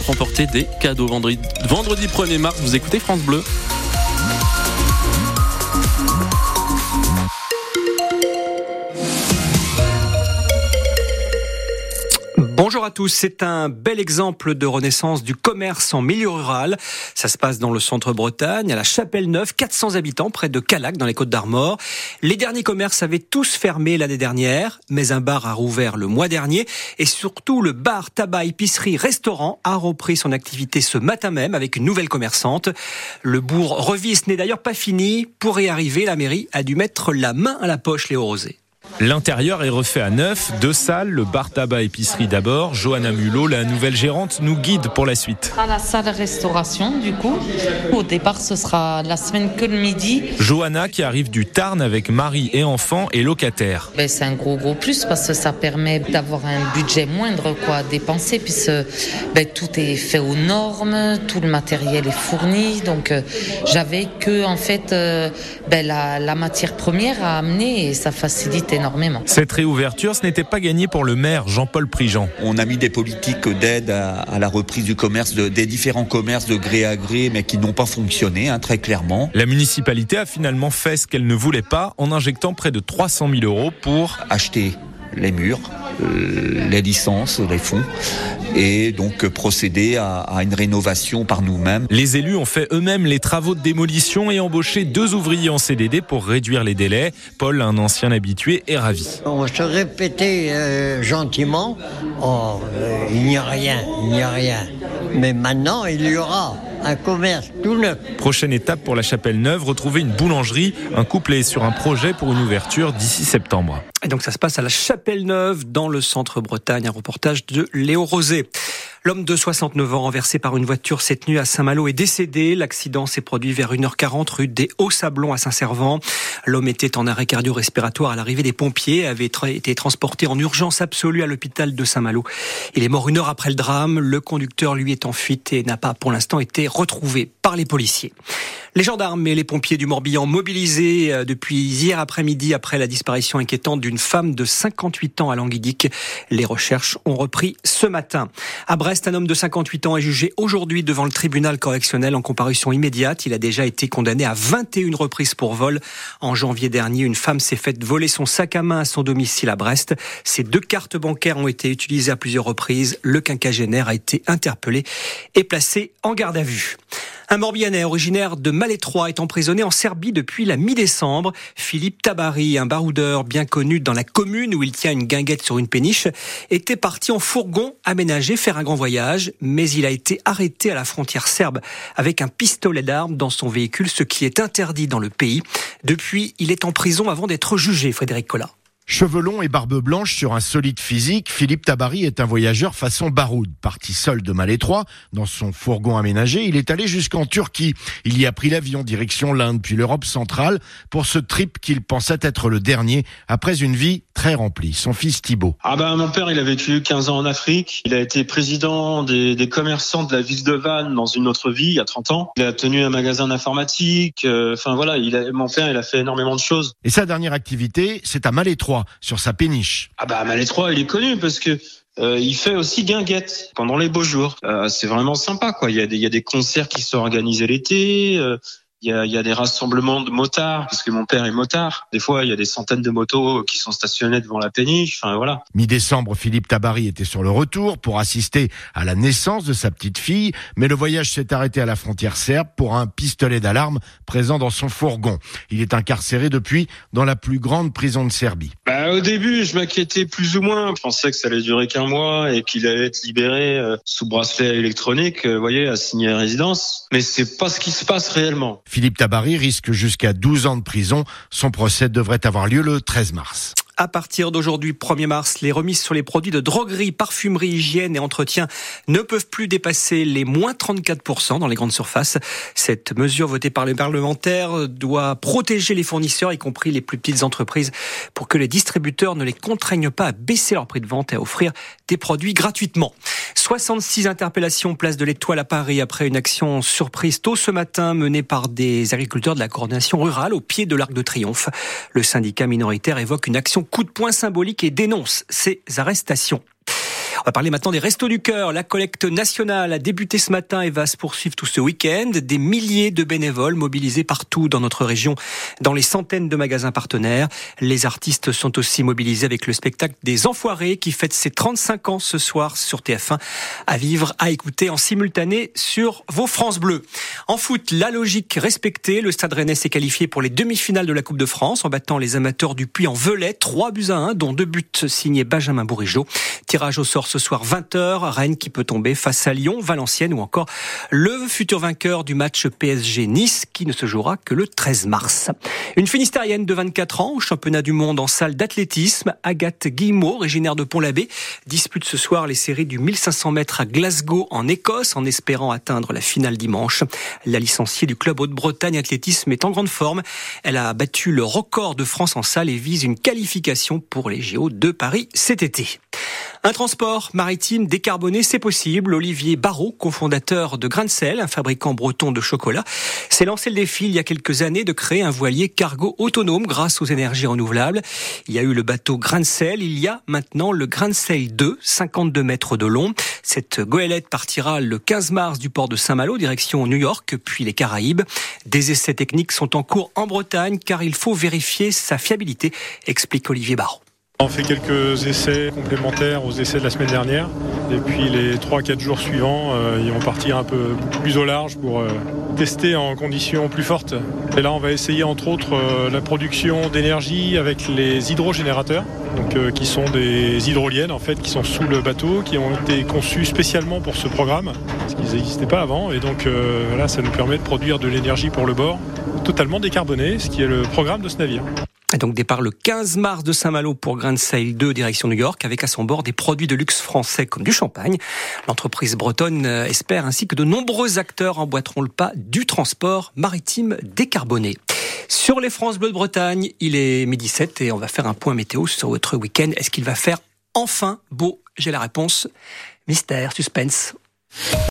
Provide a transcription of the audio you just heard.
remporter des cadeaux. Vendredi 1er mars, vous écoutez France Bleu. Bonjour à tous, c'est un bel exemple de renaissance du commerce en milieu rural. Ça se passe dans le centre-Bretagne, à la Chapelle-Neuve, 400 habitants près de Callac dans les Côtes-d'Armor. Les derniers commerces avaient tous fermé l'année dernière, mais un bar a rouvert le mois dernier et surtout le bar, tabac, épicerie, restaurant a repris son activité ce matin même avec une nouvelle commerçante. Le bourg Revis n'est d'ailleurs pas fini. Pour y arriver, la mairie a dû mettre la main à la poche, Léo Rosé. L'intérieur est refait à neuf, 2 salles, le bar tabac épicerie d'abord. Johanna Mulot, la nouvelle gérante, nous guide pour la suite. À la salle restauration, du coup. Au départ, ce sera la semaine que le midi. Johanna qui arrive du Tarn avec mari et enfants et locataire. C'est un gros plus parce que ça permet d'avoir un budget moindre à dépenser puisque tout est fait aux normes, tout le matériel est fourni. Donc j'avais que en fait la matière première à amener et ça facilite énormément. Cette réouverture, ce n'était pas gagné pour le maire Jean-Paul Prigent. On a mis des politiques d'aide à la reprise du commerce, des différents commerces de gré à gré, mais qui n'ont pas fonctionné, très clairement. La municipalité a finalement fait ce qu'elle ne voulait pas en injectant près de 300 000 euros pour acheter les murs, les licences, les fonds, et donc procéder à une rénovation par nous-mêmes. Les élus ont fait eux-mêmes les travaux de démolition et embauché 2 ouvriers en CDD pour réduire les délais. Paul, un ancien habitué, est ravi. On se répétait gentiment, il n'y a rien. Mais maintenant, il y aura un commerce tout neuf. Prochaine étape pour la Chapelle-Neuve, retrouver une boulangerie. Un couple est sur un projet pour une ouverture d'ici septembre. Et donc ça se passe à la Chapelle-Neuve, dans le centre-Bretagne, un reportage de Léo Rosé. L'homme de 69 ans renversé par une voiture cette nuit à Saint-Malo est décédé. L'accident s'est produit vers 1h40 rue des Hauts-Sablons à Saint-Servant. L'homme était en arrêt cardio-respiratoire à l'arrivée des pompiers et avait été transporté en urgence absolue à l'hôpital de Saint-Malo. Il est mort 1 heure après le drame. Le conducteur, lui, est en fuite et n'a pas pour l'instant été retrouvé par les policiers. Les gendarmes et les pompiers du Morbihan mobilisés depuis hier après-midi après la disparition inquiétante d'une femme de 58 ans à Languidic. Les recherches ont repris ce matin. À Brest, un homme de 58 ans est jugé aujourd'hui devant le tribunal correctionnel en comparution immédiate. Il a déjà été condamné à 21 reprises pour vol. En janvier dernier, une femme s'est faite voler son sac à main à son domicile à Brest. Ses 2 cartes bancaires ont été utilisées à plusieurs reprises. Le quinquagénaire a été interpellé et placé en garde à vue. Un Morbihanais originaire de Malétroit est emprisonné en Serbie depuis la mi-décembre. Philippe Tabary, un baroudeur bien connu dans la commune où il tient une guinguette sur une péniche, était parti en fourgon aménagé faire un grand voyage, mais il a été arrêté à la frontière serbe avec un pistolet d'armes dans son véhicule, ce qui est interdit dans le pays. Depuis, il est en prison avant d'être jugé, Frédéric Collat. Cheveux longs et barbe blanche sur un solide physique, Philippe Tabary est un voyageur façon baroud. Parti seul de Malétroit, dans son fourgon aménagé, il est allé jusqu'en Turquie. Il y a pris l'avion direction l'Inde, puis l'Europe centrale, pour ce trip qu'il pensait être le dernier, après une vie très remplie. Son fils Thibaut. Mon père, il a vécu 15 ans en Afrique. Il a été président des commerçants de la ville de Vannes dans une autre vie, il y a 30 ans. Il a tenu un magasin d'informatique. Mon père, il a fait énormément de choses. Et sa dernière activité, c'est à Malétroit, sur sa péniche. Malétroit, il est connu parce que il fait aussi guinguette pendant les beaux jours. C'est vraiment sympa, quoi. Il y a des concerts qui sont organisés l'été. Il y a des rassemblements de motards, parce que mon père est motard. Des fois, il y a des centaines de motos qui sont stationnées devant la péniche. Voilà. Mi-décembre, Philippe Tabary était sur le retour pour assister à la naissance de sa petite fille, mais le voyage s'est arrêté à la frontière serbe pour un pistolet d'alarme présent dans son fourgon. Il est incarcéré depuis dans la plus grande prison de Serbie. Au début, je m'inquiétais plus ou moins. Je pensais que ça allait durer qu'1 mois et qu'il allait être libéré sous bracelet électronique, assigné à résidence. Mais c'est pas ce qui se passe réellement. Philippe Tabary risque jusqu'à 12 ans de prison. Son procès devrait avoir lieu le 13 mars. À partir d'aujourd'hui, 1er mars, les remises sur les produits de droguerie, parfumerie, hygiène et entretien ne peuvent plus dépasser les moins 34% dans les grandes surfaces. Cette mesure votée par les parlementaires doit protéger les fournisseurs, y compris les plus petites entreprises, pour que les distributeurs ne les contraignent pas à baisser leur prix de vente et à offrir des produits gratuitement. 66 interpellations place de l'Étoile à Paris après une action surprise tôt ce matin menée par des agriculteurs de la coordination rurale au pied de l'Arc de Triomphe. Le syndicat minoritaire évoque une action coup de poing symbolique et dénonce ces arrestations. On va parler maintenant des Restos du Cœur. La collecte nationale a débuté ce matin et va se poursuivre tout ce week-end. Des milliers de bénévoles mobilisés partout dans notre région, dans les centaines de magasins partenaires. Les artistes sont aussi mobilisés avec le spectacle des Enfoirés qui fête ses 35 ans ce soir sur TF1. À vivre, à écouter en simultané sur vos France Bleu. En foot, la logique respectée. Le Stade Rennais s'est qualifié pour les demi-finales de la Coupe de France en battant les amateurs du Puy-en-Velay 3-1, dont 2 buts signés Benjamin Bourigeaud. Tirage au sort ce soir 20h. Rennes qui peut tomber face à Lyon, Valenciennes ou encore le futur vainqueur du match PSG-Nice qui ne se jouera que le 13 mars. Une Finistérienne de 24 ans au championnat du monde en salle d'athlétisme, Agathe Guillemot, originaire de Pont-l'Abbé, dispute ce soir les séries du 1500 mètres à Glasgow en Écosse en espérant atteindre la finale dimanche. La licenciée du club Haute-Bretagne Athlétisme est en grande forme. Elle a battu le record de France en salle et vise une qualification pour les JO de Paris cet été. Un transport maritime décarboné, c'est possible. Olivier Barrault, cofondateur de Grain de Sel, un fabricant breton de chocolat, s'est lancé le défi il y a quelques années de créer un voilier cargo autonome grâce aux énergies renouvelables. Il y a eu le bateau Grain de Sel, il y a maintenant le Grain de Sel 2, 52 mètres de long. Cette goélette partira le 15 mars du port de Saint-Malo, direction New York, puis les Caraïbes. Des essais techniques sont en cours en Bretagne car il faut vérifier sa fiabilité, explique Olivier Barrault. On fait quelques essais complémentaires aux essais de la semaine dernière. Et puis les 3-4 jours suivants, ils vont partir un peu plus au large pour tester en conditions plus fortes. Et là, on va essayer entre autres la production d'énergie avec les hydrogénérateurs, donc, qui sont des hydroliennes en fait, qui sont sous le bateau, qui ont été conçus spécialement pour ce programme, parce qu'ils n'existaient pas avant. Et donc là, ça nous permet de produire de l'énergie pour le bord, totalement décarbonée, ce qui est le programme de ce navire. Et donc départ le 15 mars de Saint-Malo pour Grain de Sel 2 direction New York avec à son bord des produits de luxe français comme du champagne. L'entreprise bretonne espère ainsi que de nombreux acteurs emboîteront le pas du transport maritime décarboné. Sur les France Bleu de Bretagne, il est 12h07 et on va faire un point météo sur votre week-end. Est-ce qu'il va faire enfin beau ? J'ai la réponse. Mystère, suspense.